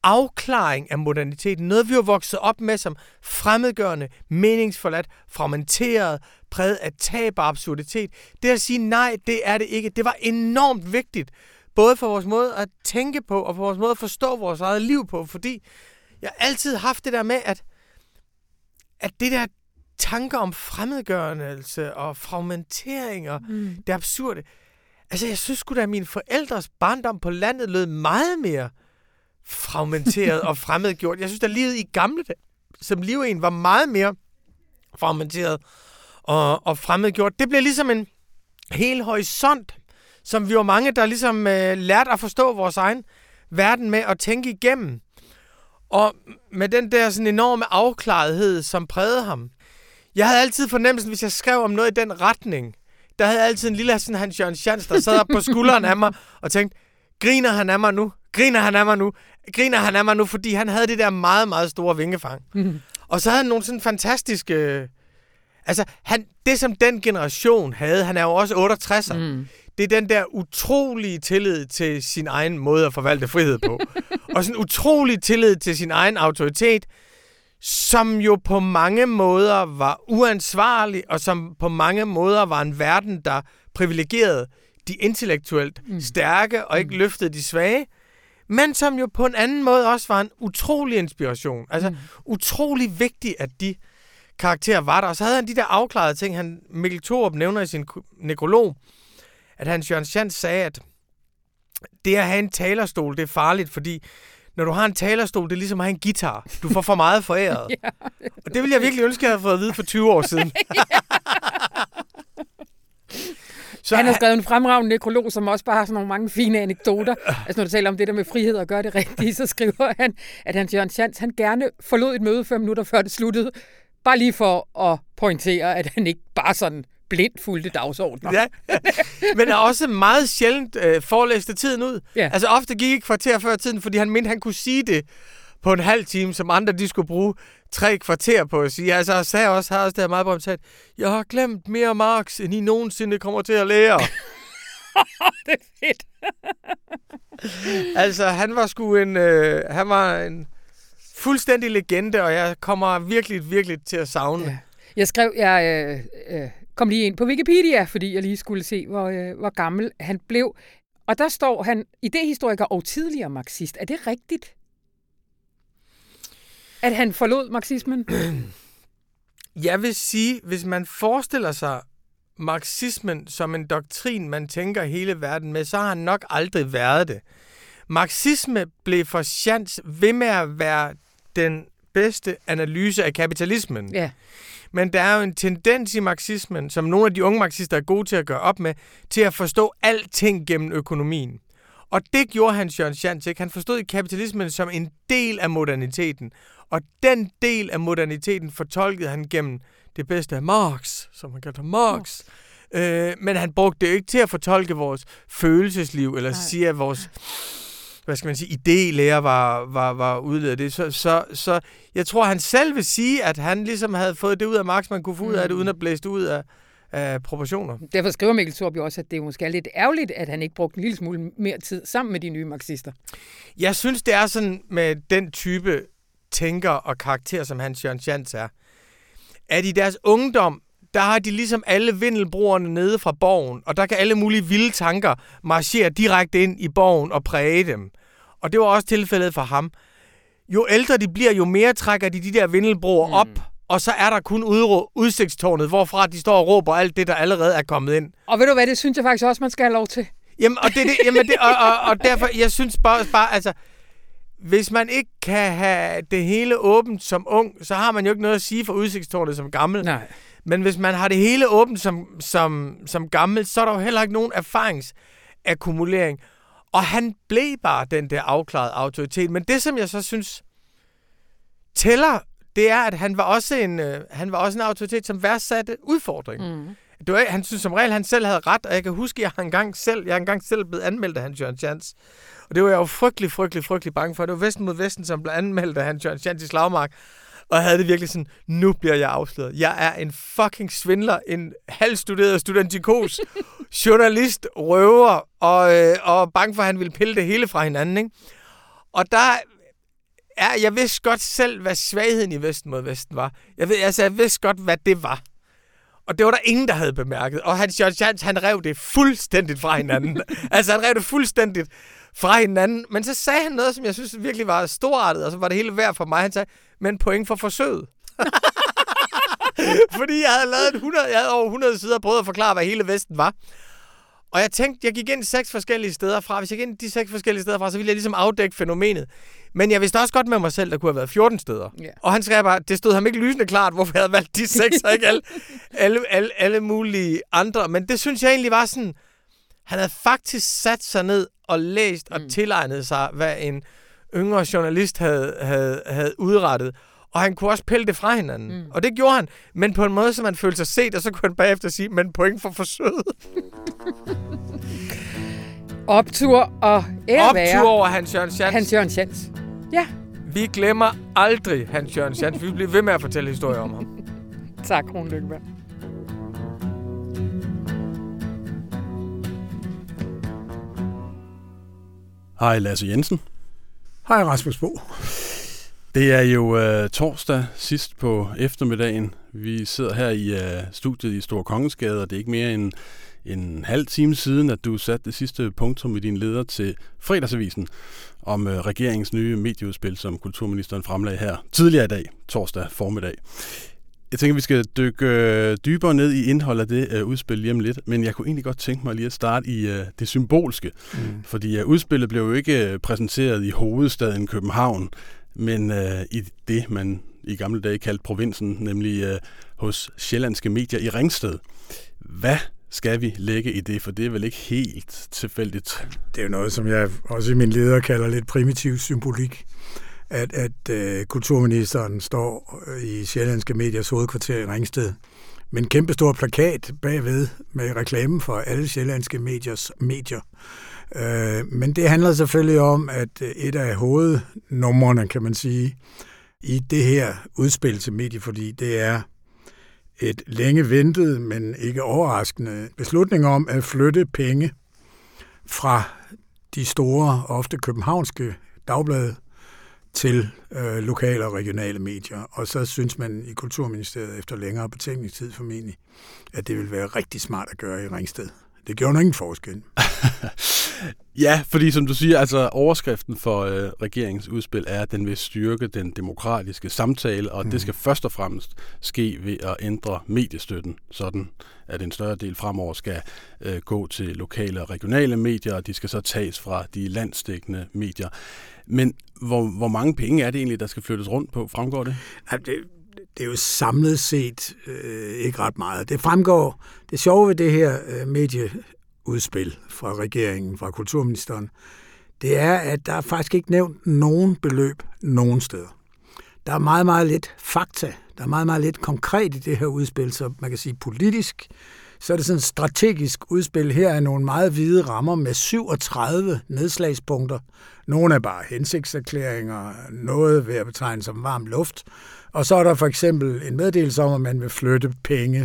afklaring af moderniteten. Noget, vi har vokset op med som fremmedgørende, meningsforladt, fragmenteret, præget af tab og absurditet. Det at sige nej, det er det ikke. Det var enormt vigtigt, både for vores måde at tænke på, og for vores måde at forstå vores eget liv på, fordi jeg har altid haft det der med, at det der tanker om fremmedgørelse og fragmentering og det absurde. Altså, jeg synes sgu da, at mine forældres barndom på landet lød meget mere fragmenteret og fremmedgjort. Jeg synes, at livet i gamle dage, som liv en, var meget mere fragmenteret og fremmedgjort. Det blev ligesom en hel horisont, som vi var mange, der ligesom lærte at forstå vores egen verden med at tænke igennem. Og med den der sådan enorme afklarethed, som prægede ham. Jeg havde altid fornemmelsen, hvis jeg skrev om noget i den retning, der havde jeg altid en lille sådan Hans Jørgen Tjans, der sad op på skulderen af mig og tænkte, griner han af mig nu? Griner han af mig nu? Griner han af mig nu? Fordi han havde det der meget, meget store vingefang. Og så havde han nogle sådan fantastiske... Altså, det som den generation havde, han er jo også 68'er, det er den der utrolige tillid til sin egen måde at forvalte frihed på. Og sådan utrolig tillid til sin egen autoritet, som jo på mange måder var uansvarlig, og som på mange måder var en verden, der privilegerede de intellektuelt stærke og ikke løftede de svage, men som jo på en anden måde også var en utrolig inspiration. Altså utrolig vigtigt, at de karakterer var der. Og så havde han de der afklarede ting, Mikkel Thorup nævner i sin nekrolog, at Hans Jørgen Tjans sagde, at det at have en talerstol, det er farligt, fordi når du har en talerstol, det er ligesom at have en guitar. Du får for meget foræret. Ja. Og det ville jeg virkelig ønske, at jeg havde fået at vide for 20 år siden. Så han har skrevet en fremragende nekrolog, som også bare har sådan nogle mange fine anekdoter. Altså når du taler om det der med frihed og gøre det rigtigt, så skriver han, at Hans Jørgen Tjans, han gerne forlod et møde 5 minutter før det sluttede, bare lige for at pointere, at han ikke bare sådan blindt fulgte dagsordner. Ja, men er også meget sjældent forelæste tiden ud. Ja. Altså ofte gik et kvarter før tiden, fordi han mente, han kunne sige det på en halv time, som andre de skulle bruge 3 kvarter på at sige. Altså sagde også, har også det her meget berømt sagt, jeg har glemt mere Marx, end I nogensinde kommer til at lære. Det er fedt. Altså han var sgu en fuldstændig legende, og jeg kommer virkelig til at savne. Ja. Jeg skrev, kom lige ind på Wikipedia, fordi jeg lige skulle se, hvor gammel han blev. Og der står han, idehistoriker og tidligere marxist. Er det rigtigt? At han forlod marxismen? Jeg vil sige, hvis man forestiller sig marxismen som en doktrin, man tænker hele verden med, så har han nok aldrig været det. Marxisme blev for Tjans ved med at være den bedste analyse af kapitalismen. Ja. Men der er jo en tendens i marxismen, som nogle af de unge marxister er gode til at gøre op med, til at forstå alting gennem økonomien. Og det gjorde Hans Jørgen Tjans ikke. Han forstod i kapitalismen som en del af moderniteten. Og den del af moderniteten fortolkede han gennem det bedste af Marx, som han kaldte Marx. Men han brugte det ikke til at fortolke vores følelsesliv, eller sige, at vores idélære var udledet det. Så jeg tror, han selv vil sige, at han ligesom havde fået det ud af Marx, man kunne få ud af det, uden at blæse det ud af proportioner. Derfor skriver Mikkel Thorup jo også, at det måske er lidt ærgerligt, at han ikke brugte en lille smule mere tid sammen med de nye marxister. Jeg synes, det er sådan med den type tænker og karakter, som Hans Jørgen Tjans er, at i deres ungdom, der har de ligesom alle vindelbroerne nede fra borgen, og der kan alle mulige vilde tanker marchere direkte ind i borgen og præge dem. Og det var også tilfældet for ham. Jo ældre de bliver, jo mere trækker de der vindelbroer op, og så er der kun udsigtstårnet, hvorfra de står og råber alt det, der allerede er kommet ind. Og ved du hvad, det synes jeg faktisk også, man skal have lov til. Jamen, og derfor, jeg synes bare, altså, hvis man ikke kan have det hele åbent som ung, så har man jo ikke noget at sige for udsigtstårnet som gammel. Nej. Men hvis man har det hele åbent som gammel, så er der jo heller ikke nogen erfaringsakkumulering. Og han blev bare den der afklarede autoritet. Men det, som jeg så synes tæller, det er, at han var også en autoritet, som værdsatte udfordring. Han synes som regel, han selv havde ret, og jeg kan huske, at jeg er engang selv blevet anmeldt af Hans Jørgen Tjans. Og det var jeg jo frygtelig bange for. Det var Vesten mod Vesten, som blev anmeldt af Hans Jørgen Tjans i Slagmark. Og jeg havde det virkelig sådan, nu bliver jeg afsløret. Jeg er en fucking svindler, en halvstuderet studentikos, journalist, røver, og bange for, at han ville pille det hele fra hinanden. Ikke? Og der jeg vidste godt selv, hvad svagheden i Vesten mod Vesten var. Jeg vidste godt, hvad det var. Og det var der ingen, der havde bemærket. Og Hans Jørgen Tjands, han rev det fuldstændigt fra hinanden. Altså, han rev det fuldstændigt fra hinanden. Men så sagde han noget, som jeg synes virkelig var storartet, og så var det hele værd for mig. Han sagde, men point for forsøget. Fordi jeg havde over 100 sider og prøvet at forklare, hvad hele Vesten var. Og jeg tænkte, jeg gik ind 6 forskellige steder fra. Hvis jeg gik ind de 6 forskellige steder fra, så ville jeg ligesom afdække fænomenet. Men jeg vidste også godt med mig selv, der kunne have været 14 steder. Yeah. Og han skrev bare, det stod ham ikke lysende klart, hvorfor jeg havde valgt de 6, og ikke alle mulige andre. Men det synes jeg egentlig var sådan, han havde faktisk sat sig ned og læst og tilegnet sig, hvad en yngre journalist havde udrettet. Og han kunne også pille det fra hinanden. Og det gjorde han. Men på en måde, så man følte sig set, og så kunne han bagefter sige, men point for forsøget. Optur og ære være. Optur over Hans Jørgen Tjands. Hans Jørgen Tjands. Ja. Vi glemmer aldrig Hans Jørgen Tjands. Vi bliver ved med at fortælle historier om ham. Tak, Rune Lykkeberg. Hej Lasse Jensen. Hej Rasmus Bo. Det er jo torsdag sidst på eftermiddagen. Vi sidder her i studiet i Store Kongensgade, og det er ikke mere end en halv time siden, at du satte det sidste punktum i din leder til Fredagsavisen om regeringens nye medieudspil, som kulturministeren fremlagde her tidligere i dag, torsdag formiddag. Jeg tænker, vi skal dykke dybere ned i indholdet af det udspil lige om lidt, men jeg kunne egentlig godt tænke mig lige at starte i det symbolske, fordi udspillet blev jo ikke præsenteret i hovedstaden København, men i det, man i gamle dage kaldte provinsen, nemlig hos Sjællandske Medier i Ringsted. Hvad skal vi lægge i det, for det er vel ikke helt tilfældigt? Det er jo noget, som jeg også i min leder kalder lidt primitiv symbolik, at kulturministeren står i Sjællandske Mediers hovedkvarter i Ringsted med en kæmpestor plakat bagved med reklame for alle Sjællandske Mediers medier. Men det handler selvfølgelig om, at et af hovednumrene, kan man sige, i det her udspil til medieforlig, det er et længe ventet, men ikke overraskende beslutning om at flytte penge fra de store, ofte københavnske dagblade til lokale og regionale medier. Og så synes man i Kulturministeriet efter længere betænkningstid formentlig, at det vil være rigtig smart at gøre i Ringsted. Det gjorde ingen forskel. Ja, fordi som du siger, altså overskriften for regeringens udspil er, at den vil styrke den demokratiske samtale, og det skal først og fremmest ske ved at ændre mediestøtten, sådan at en større del fremover skal gå til lokale og regionale medier, og de skal så tages fra de landsdækkende medier. Men hvor mange penge er det egentlig, der skal flyttes rundt på? Fremgår det? Ja, det er jo samlet set ikke ret meget. Det fremgår, det sjove ved det her medieudspil fra regeringen, fra kulturministeren, det er, at der er faktisk ikke nævnt nogen beløb nogen steder. Der er meget, meget lidt fakta. Der er meget, meget lidt konkret i det her udspil, så man kan sige politisk, så er det sådan et strategisk udspil. Her er nogle meget hvide rammer med 37 nedslagspunkter. Nogle er bare hensigtserklæringer, noget ved at betegne som varm luft. Og så er der for eksempel en meddelelse om, at man vil flytte penge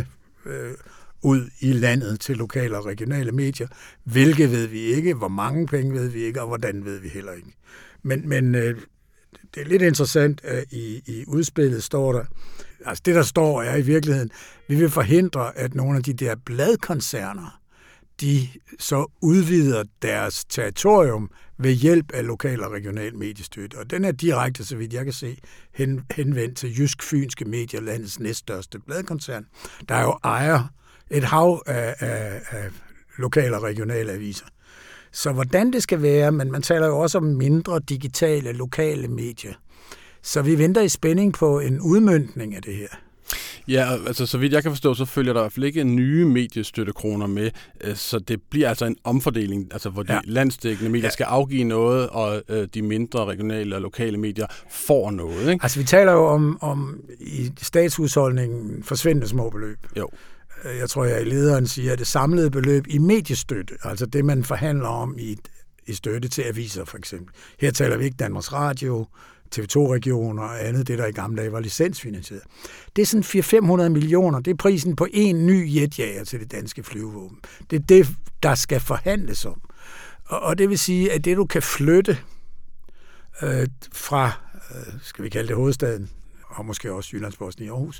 ud i landet til lokale og regionale medier. Hvilke ved vi ikke, hvor mange penge ved vi ikke, og hvordan ved vi heller ikke. Men det er lidt interessant, at i udspillet står der, altså det der står er i virkeligheden, vi vil forhindre, at nogle af de der bladkoncerner, de så udvider deres territorium ved hjælp af lokal og regional mediestøtte. Og den er direkte, så vidt jeg kan se, henvendt til Jysk Fynske Medier, landets næststørste bladkoncern, der jo ejer et hav af lokale og regionale aviser. Så hvordan det skal være, men man taler jo også om mindre digitale, lokale medier. Så vi venter i spænding på en udmøntning af det her. Ja, altså så vidt jeg kan forstå, så følger der i hvert fald ikke nye mediestøttekroner med, så det bliver altså en omfordeling, altså hvor de landsdækkende medier skal afgive noget, og de mindre regionale og lokale medier får noget, ikke? Altså vi taler jo om i statshusholdningen forsvindende små beløb. Jo. Jeg tror, jeg i lederen siger, at det samlede beløb i mediestøtte, altså det, man forhandler om i støtte til aviser for eksempel. Her taler vi ikke Danmarks Radio, TV2-regioner og andet, det der i gamle dage var licensfinansieret. Det er sådan 400-500 millioner, det er prisen på en ny jetjager til det danske flyvevåben. Det er det, der skal forhandles om. Og det vil sige, at det du kan flytte fra skal vi kalde det hovedstaden, og måske også Jyllandsposten i Aarhus,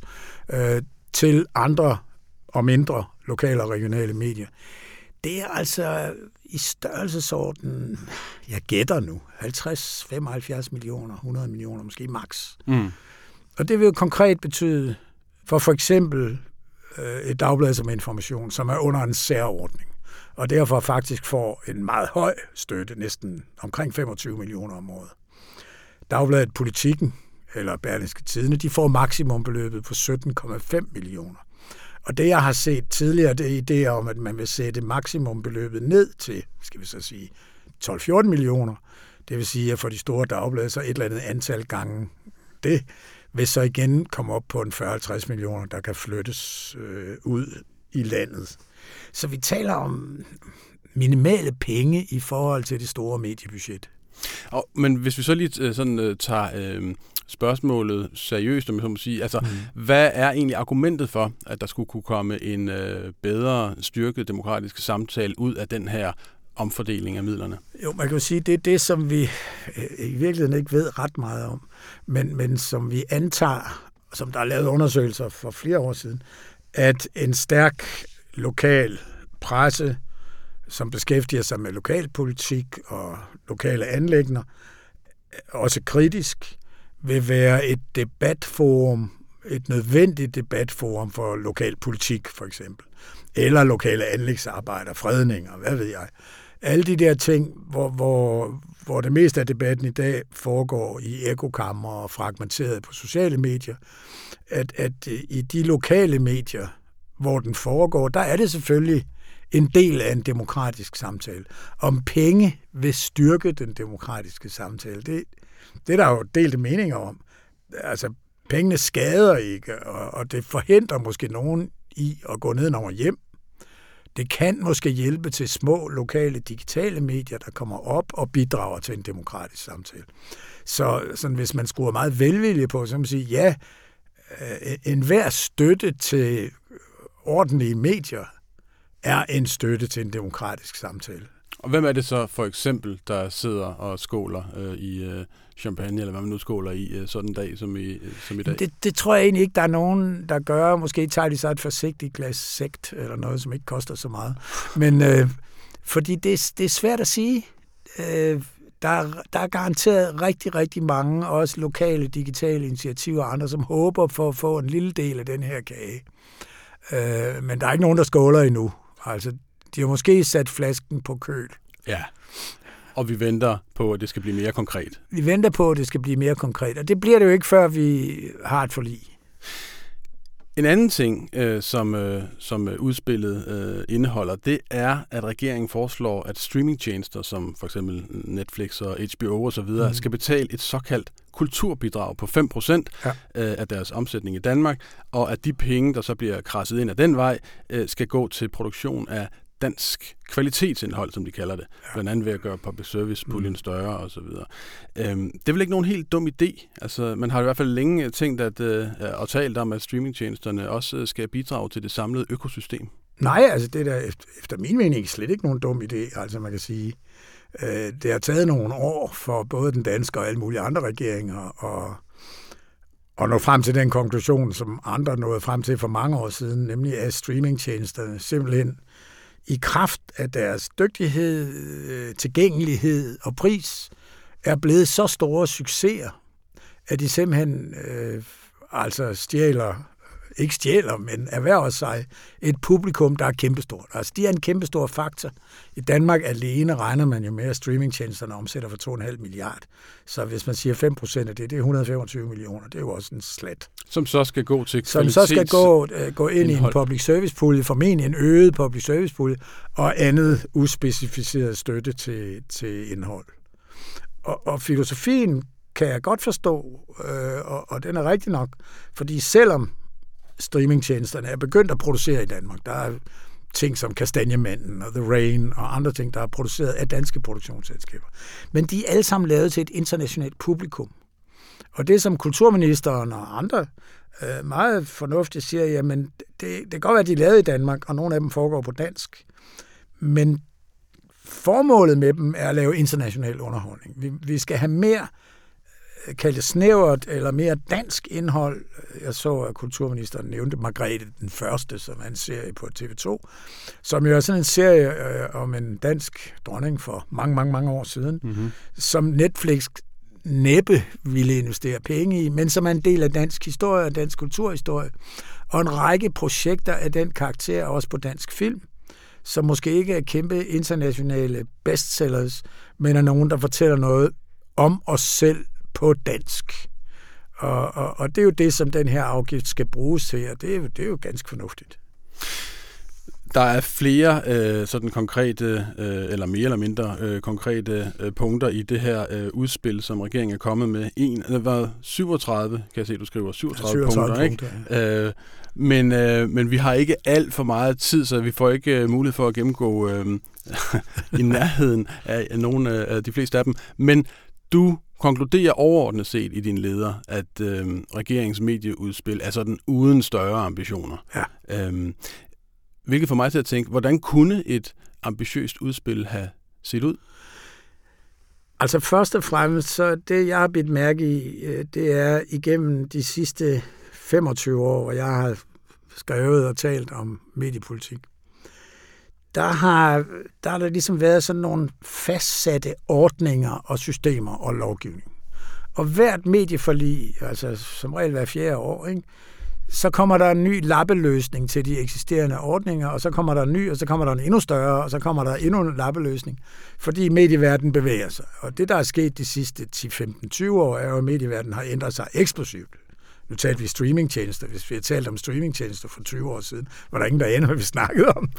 til andre og mindre lokale og regionale medier. Det er altså i størrelsesorden, jeg gætter nu, 50, 75 millioner, 100 millioner, måske max. Mm. Og det vil jo konkret betyde, for eksempel et dagblad som Information, som er under en særordning, og derfor faktisk får en meget høj støtte, næsten omkring 25 millioner om året. Dagbladet Politikken, eller Berlingske Tidende, de får maksimumbeløbet på 17,5 millioner. Og det, jeg har set tidligere, det er idéer om, at man vil sætte maksimumbeløbet ned til, skal vi så sige, 12-14 millioner. Det vil sige, at for de store dagblade, så et eller andet antal gange det, vil så igen komme op på en 40-50 millioner, der kan flyttes ud i landet. Så vi taler om minimale penge i forhold til det store mediebudget. Men hvis vi så lige tager spørgsmålet seriøst, om jeg så må sige, altså, hvad er egentlig argumentet for, at der skulle kunne komme en bedre styrket demokratisk samtale ud af den her omfordeling af midlerne? Jo, man kan jo sige, det er det, som vi i virkeligheden ikke ved ret meget om, men som vi antager, som der er lavet undersøgelser for flere år siden, at en stærk lokal presse, som beskæftiger sig med lokalpolitik og lokale anliggender, også kritisk, vil være et debatforum, et nødvendigt debatforum for lokal politik, for eksempel. Eller lokale anlægsarbejder, fredninger, hvad ved jeg. Alle de der ting, hvor det meste af debatten i dag foregår i ekokammer og fragmenteret på sociale medier, at i de lokale medier, hvor den foregår, der er det selvfølgelig en del af en demokratisk samtale. Om penge vil styrke den demokratiske samtale, det er der jo delte meninger om. Altså, pengene skader ikke, og det forhindrer måske nogen i at gå ned over hjem. Det kan måske hjælpe til små, lokale, digitale medier, der kommer op og bidrager til en demokratisk samtale. Så sådan, hvis man skruer meget velvilje på, så kan man sige, ja, enhver støtte til ordentlige medier er en støtte til en demokratisk samtale. Og hvem er det så for eksempel, der sidder og skåler i champagne, eller hvad man nu skåler i sådan en dag som i dag? Det tror jeg egentlig ikke, der er nogen, der gør. Måske tager de så et forsigtigt glas sekt, eller noget, som ikke koster så meget. Men fordi det er svært at sige. Der er garanteret rigtig, rigtig mange, også lokale digitale initiativer og andre, som håber for at få en lille del af den her kage. Men der er ikke nogen, der skåler endnu. Altså, de har måske sat flasken på køl. Ja, og vi venter på, at det skal blive mere konkret. Vi venter på, at det skal blive mere konkret, og det bliver det jo ikke, før vi har et forlig. En anden ting, som udspillet indeholder, det er, at regeringen foreslår, at streamingtjenester, som for eksempel Netflix og HBO og så videre, skal betale et såkaldt kulturbidrag på 5% af deres omsætning i Danmark, og at de penge, der så bliver kradset ind af den vej, skal gå til produktion af dansk kvalitetsindhold, som de kalder det. Blandt andet ved at gøre public service-puljen større og så videre. Det er vel ikke nogen helt dum idé. Altså, man har i hvert fald længe tænkt og talt om, at streamingtjenesterne også skal bidrage til det samlede økosystem. Nej, altså det er da efter min mening slet ikke nogen dum idé. Altså man kan sige, det har taget nogle år for både den danske og alle mulige andre regeringer og nå frem til den konklusion, som andre nåede frem til for mange år siden, nemlig at streamingtjenesterne simpelthen i kraft af deres dygtighed, tilgængelighed og pris, er blevet så store succeser, at de simpelthen men erhverver sig et publikum, der er kæmpestort. Altså, de er en kæmpestor faktor. I Danmark alene regner man jo med, at streamingtjenesterne omsætter for 2,5 milliard. Så hvis man siger 5% af det er 125 millioner. Det er jo også en slat. Som så skal gå til som så skal gå ind indhold. I en public service pulje, formentlig en øget public service pulje, og andet uspecificeret støtte til indhold. Og filosofien kan jeg godt forstå, og den er rigtig nok, fordi selvom streamingtjenesterne er begyndt at producere i Danmark, der er ting som Kastanjemanden og The Rain og andre ting, der er produceret af danske produktionsselskaber. Men de er alle sammen lavet til et internationalt publikum. Og det, som kulturministeren og andre meget fornuftigt siger, jamen, det kan godt være, at de er lavet i Danmark, og nogle af dem foregår på dansk. Men formålet med dem er at lave international underholdning. Vi skal have mere kaldte snævert eller mere dansk indhold. Jeg så, at kulturministeren nævnte Margrethe den Første, som er en serie på TV2, som jo er sådan en serie om en dansk dronning for mange år siden, som Netflix næppe ville investere penge i, men som er en del af dansk historie og dansk kulturhistorie, og en række projekter af den karakter også på dansk film, som måske ikke er kæmpe internationale bestsellers, men er nogen, der fortæller noget om os selv på dansk. Og det er jo det, som den her afgift skal bruges til, og det er jo ganske fornuftigt. Der er flere sådan konkrete, eller mere eller mindre konkrete punkter i det her udspil, som regeringen er kommet med. Det var 37, kan jeg se, du skriver 37 punkter, ikke? Ja. Men vi har ikke alt for meget tid, så vi får ikke mulighed for at gennemgå i nærheden af nogle af de fleste af dem. Men du konkluderer overordnet set i din leder, at regeringens medieudspil er sådan uden større ambitioner. Ja. Hvilket får mig til at tænke, hvordan kunne et ambitiøst udspil have set ud? Altså først og fremmest, så det jeg har bidt mærke i, det er igennem de sidste 25 år, hvor jeg har skrevet og talt om mediepolitik, der har der ligesom været sådan nogle fastsatte ordninger og systemer og lovgivning. Og hvert medieforlig, altså som regel hver 4. år, ikke? Så kommer der en ny lappeløsning til de eksisterende ordninger, og så kommer der en ny, og så kommer der en endnu større, og så kommer der endnu en lappeløsning, fordi medieverdenen bevæger sig. Og det, der er sket de sidste 10-15-20 år, er jo, at medieverdenen har ændret sig eksplosivt. Nu talte vi streamingtjenester. Hvis vi havde talt om streamingtjenester for 20 år siden, var der ingen, der anede, hvad vi snakkede om.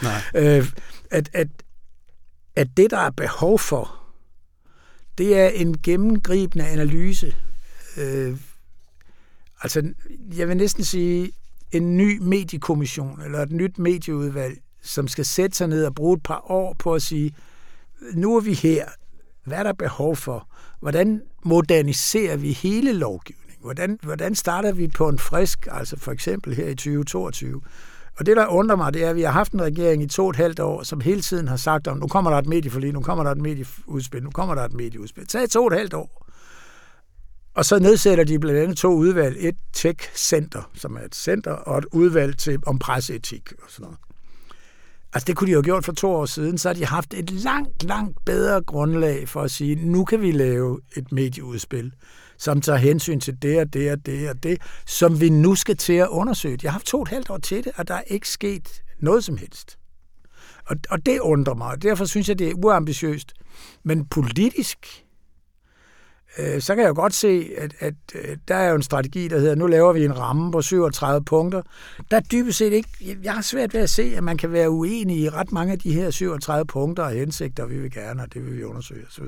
At det, der er behov for, det er en gennemgribende analyse. Altså, jeg vil næsten sige en ny mediekommission, eller et nyt medieudvalg, som skal sætte sig ned og bruge et par år på at sige, nu er vi her. Hvad er der behov for? Hvordan moderniserer vi hele lovgivningen? Hvordan starter vi på en frisk, altså for eksempel her i 2022? Og det, der undrer mig, det er, at vi har haft en regering i 2,5 år, som hele tiden har sagt om, nu kommer der et medieforlig, nu kommer der et medieudspil, nu kommer der et medieudspil. Det tager 2,5 år. Og så nedsætter de blandt andet 2 udvalg. Et tech-center, som er et center, og et udvalg om presseetik og sådan noget. Altså det kunne de jo have gjort for 2 år siden, så har de haft et langt bedre grundlag for at sige, nu kan vi lave et medieudspil, som tager hensyn til det og det og det og det, som vi nu skal til at undersøge. Jeg har haft 2,5 år til det, og der er ikke sket noget som helst. Og det undrer mig, og derfor synes jeg, det er uambitiøst. Men politisk, så kan jeg jo godt se, at der er jo en strategi, der hedder, nu laver vi en ramme på 37 punkter. Der er dybest set ikke, jeg har svært ved at se, at man kan være uenig i ret mange af de her 37 punkter og hensigter, vi vil gerne, og det vil vi undersøge osv.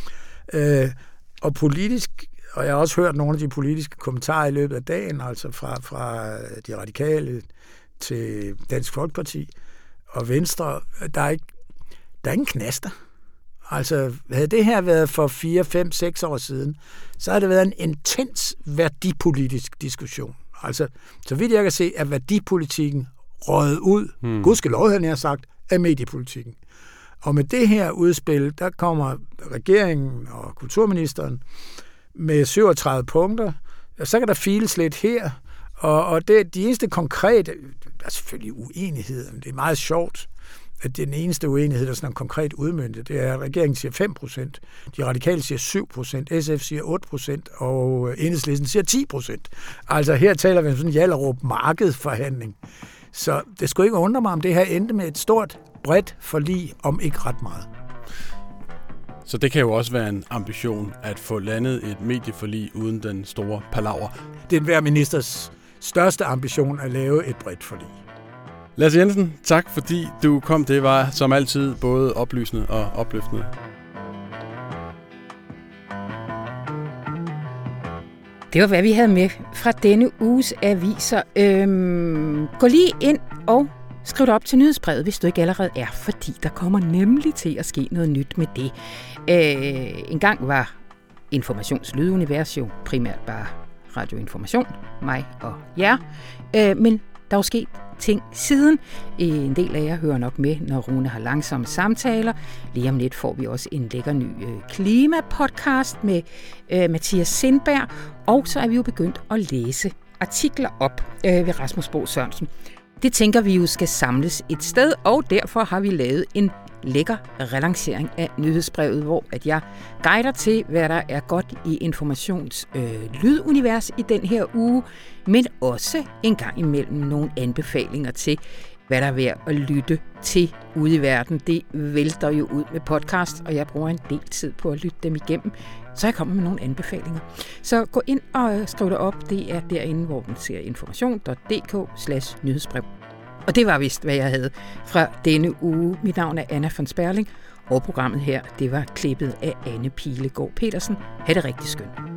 Og politisk, og jeg har også hørt nogle af de politiske kommentarer i løbet af dagen, altså fra de radikale til Dansk Folkeparti og Venstre, der er ingen knaster. Altså, havde det her været for 4, 5, 6 år siden, så havde det været en intens værdipolitisk diskussion. Altså, så vidt jeg kan se, at værdipolitikken røget ud, gudskelov havde jeg sagt, af mediepolitikken. Og med det her udspil, der kommer regeringen og kulturministeren med 37 punkter, og så kan der files lidt her, og det, de eneste konkrete, der er selvfølgelig uenighed, men det er meget sjovt, at den eneste uenighed, der er sådan konkret udmøntet, det er, at regeringen siger 5%, de radikale siger 7%, SF siger 8%, og Enhedslisten siger 10%. Altså her taler vi om sådan en Hjallerup markedsforhandling. Så det skulle ikke undre mig, om det her endte med et stort, bredt forlig om ikke ret meget. Så det kan jo også være en ambition at få landet et medieforlig uden den store palaver. Det er enhver ministers største ambition at lave et bredt forlig. Lasse Jensen, tak fordi du kom. Det var som altid både oplysende og opløftende. Det var, hvad vi havde med fra denne uges aviser. Gå lige ind og skriv dig op til nyhedsbrevet, hvis du ikke allerede er, fordi der kommer nemlig til at ske noget nyt med det. En gang var informationslydunivers jo primært bare radioinformation, mig og jer, men der er jo sket ting siden. En del af jer hører nok med, når Rune har langsomme samtaler. Lige om lidt får vi også en lækker ny klimapodcast med Mathias Sindberg. Og så er vi jo begyndt at læse artikler op ved Rasmus Bo Sørensen. Det tænker vi jo skal samles et sted, og derfor har vi lavet en lækker relancering af nyhedsbrevet, hvor at jeg guider til, hvad der er godt i informations lydunivers i den her uge, men også en gang imellem nogle anbefalinger til, hvad der er værd at lytte til ude i verden. Det vælter jo ud med podcast, og jeg bruger en del tid på at lytte dem igennem, så jeg kommer med nogle anbefalinger. Så gå ind og skriv dig op. Det er derinde, hvor man ser information.dk/nyhedsbrev. Og det var vist, hvad jeg havde fra denne uge. Mit navn er Anna von Sperling, og programmet her, det var klippet af Anne Pilegaard Petersen. Ha' det rigtig skønt.